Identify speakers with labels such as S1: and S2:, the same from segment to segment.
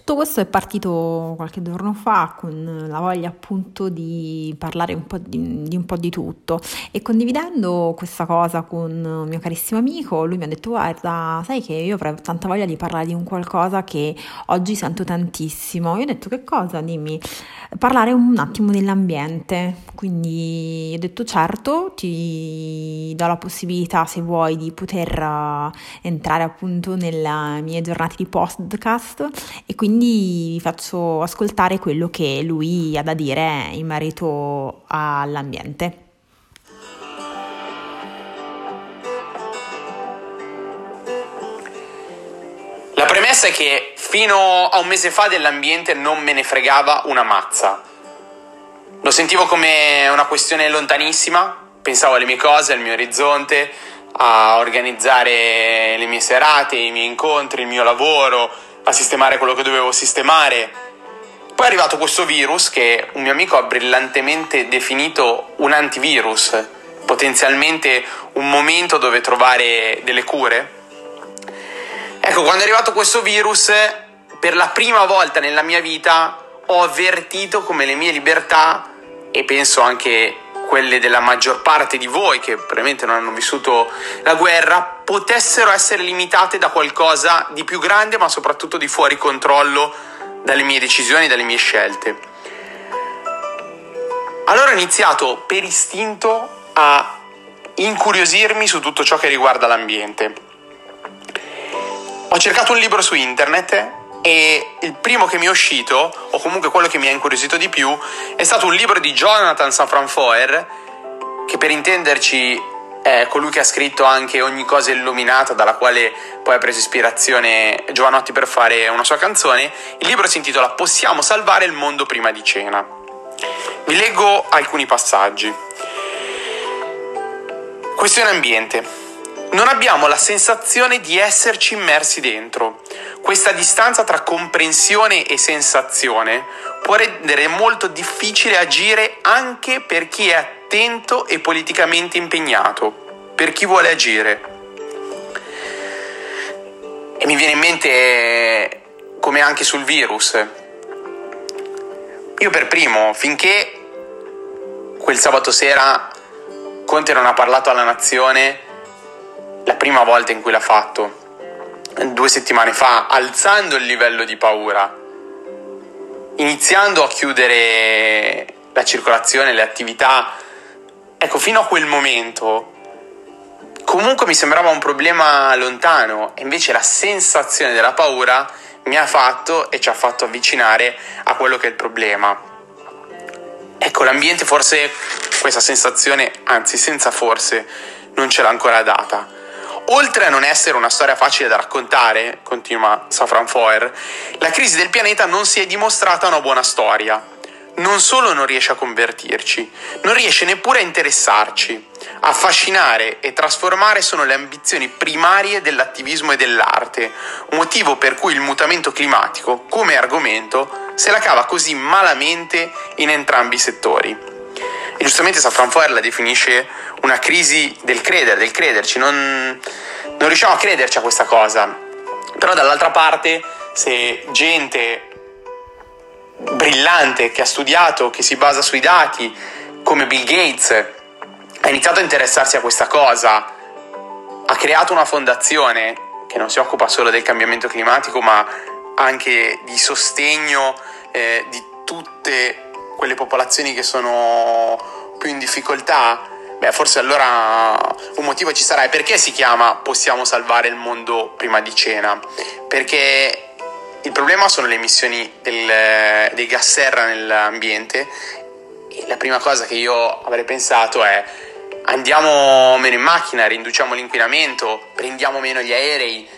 S1: Tutto questo è partito qualche giorno fa con la voglia appunto di parlare un po' di tutto, e condividendo questa cosa con un mio carissimo amico, lui mi ha detto: guarda, sai che io avrei tanta voglia di parlare di un qualcosa che oggi sento tantissimo. Io ho detto: che cosa? Dimmi. Parlare un attimo dell'ambiente. Quindi ho detto: certo, ti do la possibilità, se vuoi, di poter entrare appunto nelle mie giornate di podcast, e quindi vi faccio ascoltare quello che lui ha da dire in merito all'ambiente.
S2: La premessa è che fino a un mese fa dell'ambiente non me ne fregava una mazza. Lo sentivo come una questione lontanissima, pensavo alle mie cose, al mio orizzonte, a organizzare le mie serate, i miei incontri, il mio lavoro, a sistemare quello che dovevo sistemare. Poi è arrivato questo virus che un mio amico ha brillantemente definito un antivirus, potenzialmente un momento dove trovare delle cure. Ecco, quando è arrivato questo virus, per la prima volta nella mia vita ho avvertito come le mie libertà, e penso anche quelle della maggior parte di voi che probabilmente non hanno vissuto la guerra, potessero essere limitate da qualcosa di più grande, ma soprattutto di fuori controllo dalle mie decisioni, dalle mie scelte. Allora ho iniziato per istinto a incuriosirmi su tutto ciò che riguarda l'ambiente. Ho cercato un libro su internet e il primo che mi è uscito, o comunque quello che mi ha incuriosito di più, è stato un libro di Jonathan Safran Foer, che per intenderci è colui che ha scritto anche Ogni cosa illuminata, dalla quale poi ha preso ispirazione Jovanotti per fare una sua canzone. Il libro si intitola Possiamo salvare il mondo prima di cena. Vi leggo alcuni passaggi. Questione ambiente. Non abbiamo la sensazione di esserci immersi dentro. Questa distanza tra comprensione e sensazione può rendere molto difficile agire anche per chi è attento e politicamente impegnato, per chi vuole agire. E mi viene in mente, come anche sul virus, io per primo, finché quel sabato sera Conte non ha parlato alla nazione, la prima volta in cui l'ha fatto, 2 settimane fa, alzando il livello di paura, iniziando a chiudere la circolazione, le attività, ecco, fino a quel momento comunque mi sembrava un problema lontano, e invece la sensazione della paura mi ha fatto e ci ha fatto avvicinare a quello che è il problema. Ecco, l'ambiente forse questa sensazione, anzi senza forse, non ce l'ha ancora data. Oltre a non essere una storia facile da raccontare, continua Safran Foer, la crisi del pianeta non si è dimostrata una buona storia. Non solo non riesce a convertirci, non riesce neppure a interessarci. Affascinare e trasformare sono le ambizioni primarie dell'attivismo e dell'arte, motivo per cui il mutamento climatico, come argomento, se la cava così malamente in entrambi i settori. E giustamente Safran Foer la definisce una crisi del crederci, non riusciamo a crederci a questa cosa. Però dall'altra parte, se gente brillante che ha studiato, che si basa sui dati, come Bill Gates, ha iniziato a interessarsi a questa cosa, ha creato una fondazione che non si occupa solo del cambiamento climatico, ma anche di sostegno di tutte quelle popolazioni che sono più in difficoltà, beh, forse allora un motivo ci sarà. E perché si chiama Possiamo salvare il mondo prima di cena? Perché il problema sono le emissioni dei gas serra nell'ambiente, e la prima cosa che io avrei pensato è: andiamo meno in macchina, riduciamo l'inquinamento, prendiamo meno gli aerei.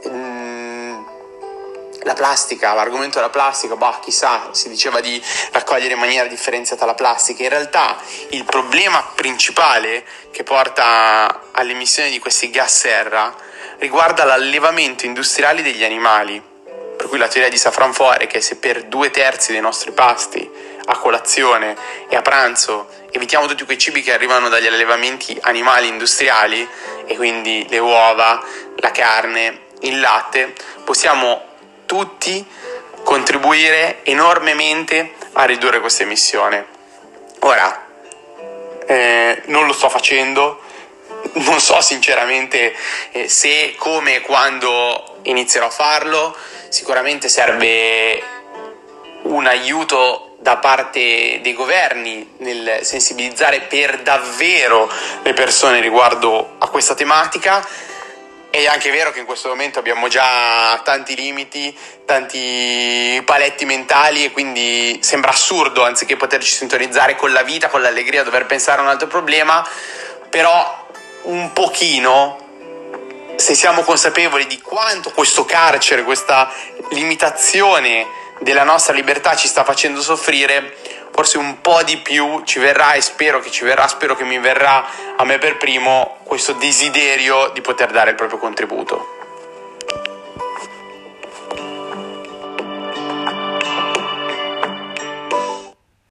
S2: La plastica, l'argomento della plastica, chissà, si diceva di raccogliere in maniera differenziata la plastica. In realtà il problema principale che porta all'emissione di questi gas serra riguarda l'allevamento industriale degli animali. Per cui la teoria di Safran Foer è che se per 2/3 dei nostri pasti a colazione e a pranzo evitiamo tutti quei cibi che arrivano dagli allevamenti animali industriali, e quindi le uova, la carne, il latte, possiamo tutti contribuire enormemente a ridurre questa emissione. Ora, non lo sto facendo, non so sinceramente se, come, quando inizierò a farlo. Sicuramente serve un aiuto da parte dei governi nel sensibilizzare per davvero le persone riguardo a questa tematica. È anche vero che in questo momento abbiamo già tanti limiti, tanti paletti mentali, e quindi sembra assurdo, anziché poterci sintonizzare con la vita, con l'allegria, dover pensare a un altro problema. Però un pochino, se siamo consapevoli di quanto questo carcere, questa limitazione della nostra libertà ci sta facendo soffrire, forse un po' di più ci verrà, e spero che mi verrà a me per primo, questo desiderio di poter dare il proprio contributo.